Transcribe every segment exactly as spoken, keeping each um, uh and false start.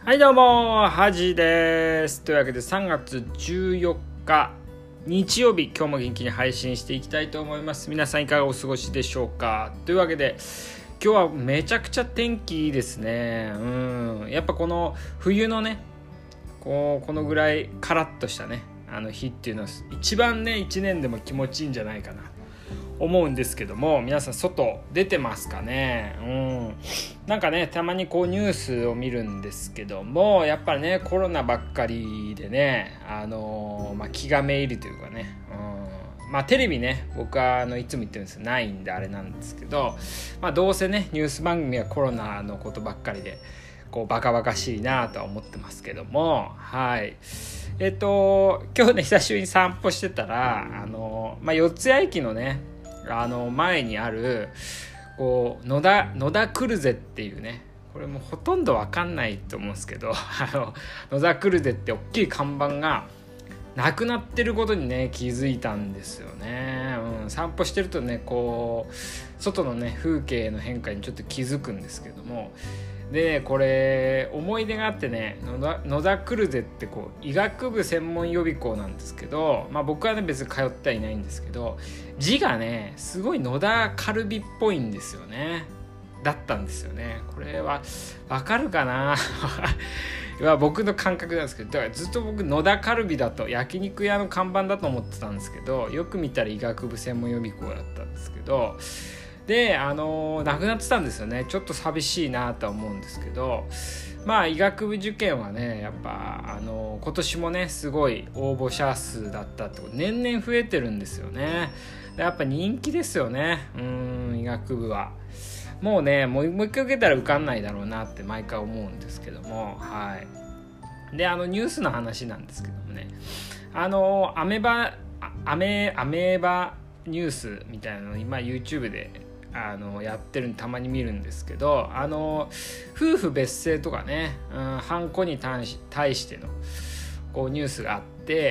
はいどうもはじです。というわけでさんがつじゅうよっか日曜日、今日も元気に配信していきたいと思います。皆さんいかがお過ごしでしょうか。というわけで今日はめちゃくちゃ天気いいですね。うんやっぱこの冬のねこうこのぐらいカラッとしたねあの日っていうのは一番ねいちねんでも気持ちいいんじゃないかな思うんですけども、皆さん外出てますかね。うんなんかねたまにこうニュースを見るんですけども、やっぱりねコロナばっかりでねあのー、まあ気がめいるというかね、うんまあテレビね僕はあのいつも言ってるんですよないんであれなんですけど、まあどうせねニュース番組はコロナのことばっかりでこうバカバカしいなとは思ってますけども、はいえっと今日ね久しぶりに散歩してたらあの、まあ、四ツ谷駅のねあの前にあるこう野田野田クルゼっていうね、これもほとんど分かんないと思うんですけどあの野田クルゼって大きい看板がなくなってることにね気づいたんですよね、うん、散歩してるとねこう外のね風景の変化にちょっと気づくんですけども、でこれ思い出があってね、野田、野田クルゼってこう医学部専門予備校なんですけど、まあ僕はね別に通ってはいないんですけど、字がねすごい野田カルビっぽいんですよね。だったんですよね。これはわかるかなは僕の感覚なんですけど、だからずっと僕野田カルビだと焼肉屋の看板だと思ってたんですけど、よく見たら医学部専門予備校だったんですけど、であの亡くなってたんですよね。ちょっと寂しいなとは思うんですけど、まあ医学部受験はねやっぱあの今年もねすごい応募者数だったってこと年々増えてるんですよね。やっぱ人気ですよね。うん医学部はもうねもう一回受けたら受かんないだろうなって毎回思うんですけども、はいであのニュースの話なんですけどもね、あのアメバアメアメーバニュースみたいなの今 YouTube であのやってるのたまに見るんですけど、あの夫婦別姓とかね、うん、ハンコに対し、対してのこうニュースがあって、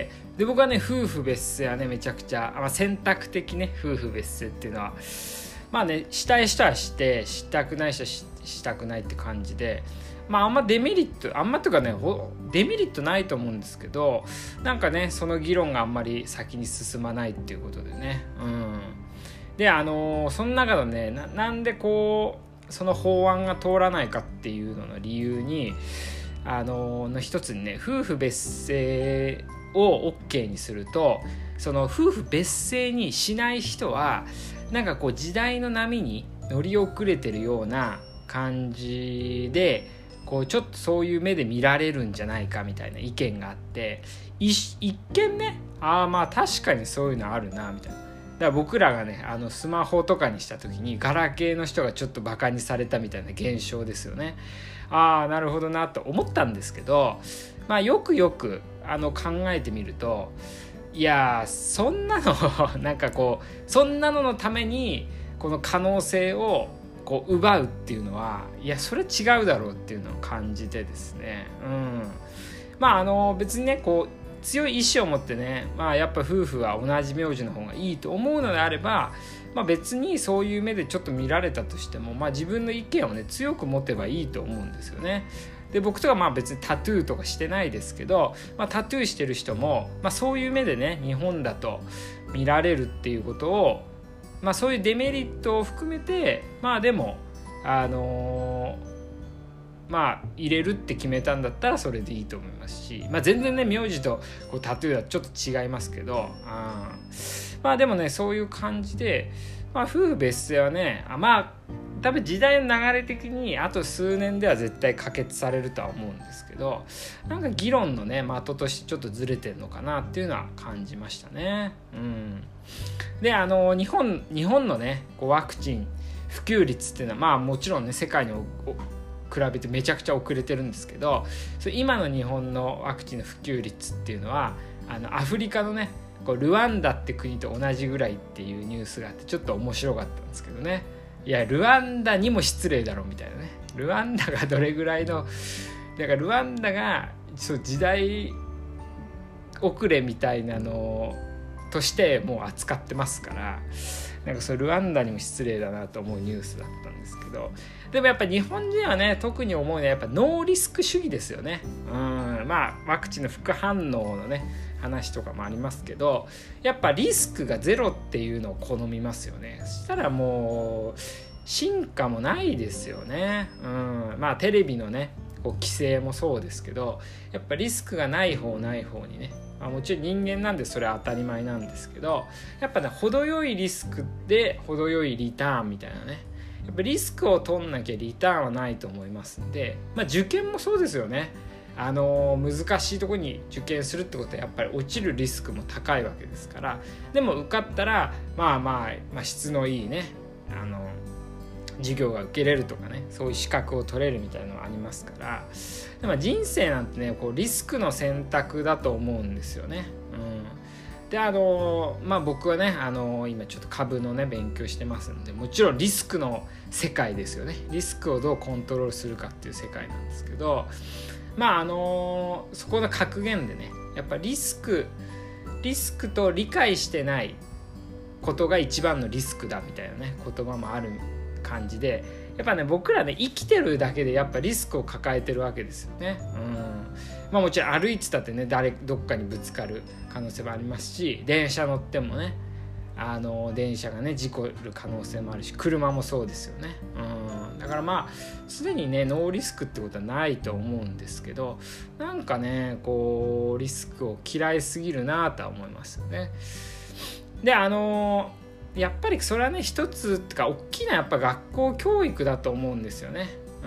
で僕はね夫婦別姓はねめちゃくちゃ、まあ、選択的ね夫婦別姓っていうのはまあねしたい人はしてしたくない人は し, したくないって感じで、まああんまデメリットあんまというかねデメリットないと思うんですけど、なんかねその議論があんまり先に進まないっていうことでね、うんであのー、その中のね な, なんでこうその法案が通らないかっていうのの理由にあのー、の一つにね夫婦別姓を OK にすると、その夫婦別姓にしない人はなんかこう時代の波に乗り遅れてるような感じでこうちょっとそういう目で見られるんじゃないかみたいな意見があって、一見ねああまあ確かにそういうのあるなみたいな。だから僕らがねあのスマホとかにした時にガラケーの人がちょっとバカにされたみたいな現象ですよね。ああなるほどなと思ったんですけど、まあよくよくあの考えてみると、いやそんなのなんかこうそんなののためにこの可能性をこう奪うっていうのはいやそれ違うだろうっていうのを感じてですね、うんまああの別にねこう強い意志を持ってね、まあ、やっぱ夫婦は同じ名字の方がいいと思うのであれば、まあ、別にそういう目でちょっと見られたとしても、まあ、自分の意見をね強く持てばいいと思うんですよね。で僕とかまあ別にタトゥーとかしてないですけど、まあ、タトゥーしてる人も、まあ、そういう目でね日本だと見られるっていうことを、まあ、そういうデメリットを含めてまあでもあのーまあ入れるって決めたんだったらそれでいいと思いますし、まあ、全然ね名字とこうタトゥーはちょっと違いますけど、うん、まあでもねそういう感じで、まあ、夫婦別姓はねあまあ多分時代の流れ的にあと数年では絶対可決されるとは思うんですけど、なんか議論のね的としてちょっとずれてるのかなっていうのは感じましたね。うん、であの日本日本のねこうワクチン普及率っていうのはまあもちろんね世界に比べてめちゃくちゃ遅れてるんですけど、それ今の日本のワクチンの普及率っていうのはあのアフリカのねこうルワンダって国と同じぐらいっていうニュースがあってちょっと面白かったんですけどね。いやルワンダにも失礼だろみたいなね。ルワンダがどれぐらいのだからルワンダがそう時代遅れみたいなのとしてもう扱ってますから、 なんかそれルワンダにも失礼だなと思うニュースだったんですけど、でもやっぱ日本人はね特に思うのはやっぱノーリスク主義ですよね。うん、まあワクチンの副反応のね話とかもありますけど、やっぱリスクがゼロっていうのを好みますよね。そしたらもう進化もないですよね。うん、まあテレビのねこう規制もそうですけど、やっぱリスクがない方ない方にね、まあ、もちろん人間なんでそれは当たり前なんですけど、やっぱね程よいリスクで程よいリターンみたいなね、やっぱリスクを取んなきゃリターンはないと思いますんで、まあ、受験もそうですよね。あのー、難しいところに受験するってことはやっぱり落ちるリスクも高いわけですから、でも受かったらまあまあ、まあ、質のいいねあの授業が受けれるとかね、そういう資格を取れるみたいなのがありますから、でも人生なんてねこうリスクの選択だと思うんですよね。うん、であのまあ僕はねあの今ちょっと株のね勉強してますんで、もちろんリスクの世界ですよね。リスクをどうコントロールするかっていう世界なんですけど、まああのそこの格言でね、やっぱリスクリスクと理解してないことが一番のリスクだみたいなね言葉もある感じで、やっぱね僕らね生きてるだけでやっぱリスクを抱えてるわけですよね。うん、まあもちろん歩いてたってね誰どっかにぶつかる可能性もありますし、電車乗ってもねあの電車がね事故る可能性もあるし、車もそうですよね。うん、だからまあすでにねノーリスクってことはないと思うんですけど、なんかねこうリスクを嫌いすぎるなとは思いますよね。であのやっぱりそれはね一つってか大きなやっぱ学校教育だと思うんですよね。うん、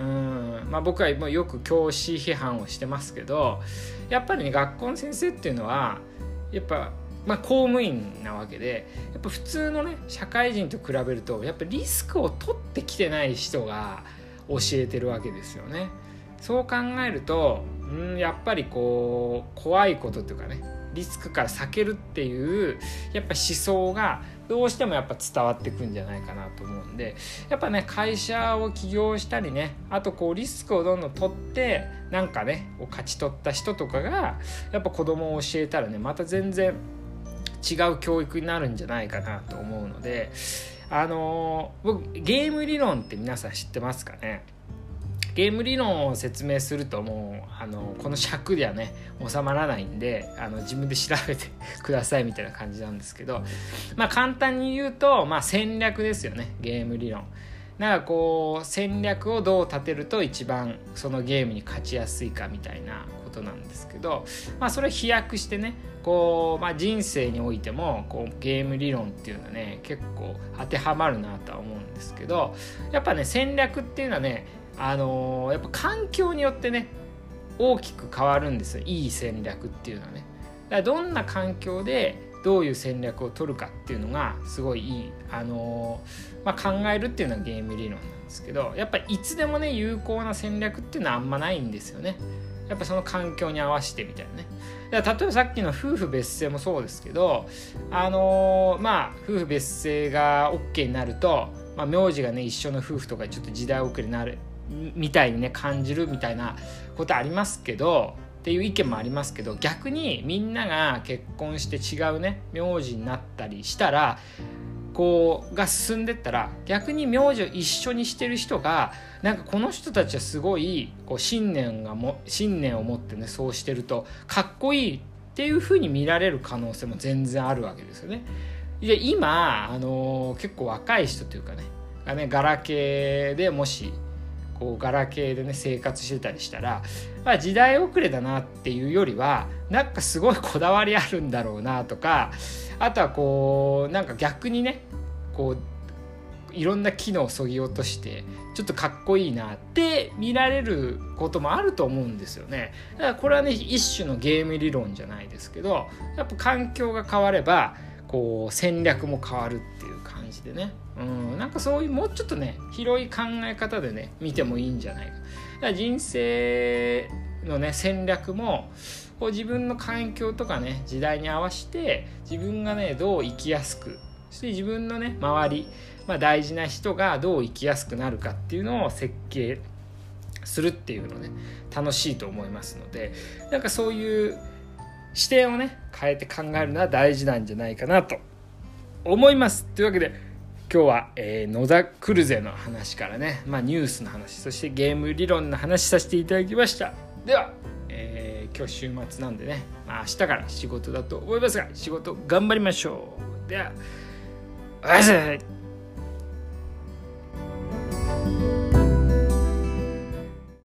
まあ僕はもうよく教師批判をしてますけど、やっぱりね学校の先生っていうのはやっぱまあ公務員なわけで、やっぱ普通のね社会人と比べるとやっぱリスクを取ってきてない人が教えてるわけですよね。そう考えると、うん、やっぱりこう怖いことというかねリスクから避けるっていうやっぱ思想がどうしてもやっぱ伝わってくんじゃないかなと思うんで、やっぱね会社を起業したりね、あとこうリスクをどんどん取ってなんかねを勝ち取った人とかがやっぱ子供を教えたらねまた全然違う教育になるんじゃないかなと思うので、あのー、僕ゲーム理論って皆さん知ってますかね。ゲーム理論を説明するともうあのこの尺ではね収まらないんで、あの自分で調べてくださいみたいな感じなんですけど、まあ簡単に言うと、まあ、戦略ですよね。ゲーム理論なんかこう戦略をどう立てると一番そのゲームに勝ちやすいかみたいなことなんですけど、まあそれを飛躍してねこう、まあ、人生においてもこうゲーム理論っていうのはね結構当てはまるなとは思うんですけど、やっぱね戦略っていうのはねあのー、やっぱ環境によってね大きく変わるんですよ。いい戦略っていうのはね。だからどんな環境でどういう戦略を取るかっていうのがすごいいい、あのーまあ、考えるっていうのはゲーム理論なんですけど、やっぱりいつでもね有効な戦略っていうのはあんまないんですよね。やっぱその環境に合わせてみたいなね。だから例えばさっきの夫婦別姓もそうですけど、あのー、まあ夫婦別姓が OK になると、まあ、名字がね一緒の夫婦とかちょっと時代遅れになるみたいにね感じるみたいなことありますけどっていう意見もありますけど、逆にみんなが結婚して違うね名字になったりしたらこうが進んでったら、逆に名字を一緒にしてる人がなんかこの人たちはすごいこう信念がも信念を持ってねそうしてるとかっこいいっていう風に見られる可能性も全然あるわけですよね。で今、あのー、結構若い人というかねがねガラケーでもしこうガラケーでね生活してたりしたら、まあ、時代遅れだなっていうよりはなんかすごいこだわりあるんだろうなとか、あとはこうなんか逆にねこういろんな機能をそぎ落としてちょっとかっこいいなって見られることもあると思うんですよね。だからこれはね一種のゲーム理論じゃないですけど、やっぱ環境が変わればこう戦略も変わるっていう感じでね、うん、なんかそういうもうちょっとね広い考え方でね見てもいいんじゃないか。だから人生のね戦略もこう自分の環境とかね時代に合わせて自分がねどう生きやすく、そして自分のね周り、まあ、大事な人がどう生きやすくなるかっていうのを設計するっていうのね楽しいと思いますので、なんかそういう視点をね変えて考えるのは大事なんじゃないかなと思います。というわけで今日は、えー、野田クルゼの話からね、まあ、ニュースの話、そしてゲーム理論の話させていただきました。では、えー、今日週末なんでね、まあ、明日から仕事だと思いますが、仕事頑張りましょう。では、おやすみなさい。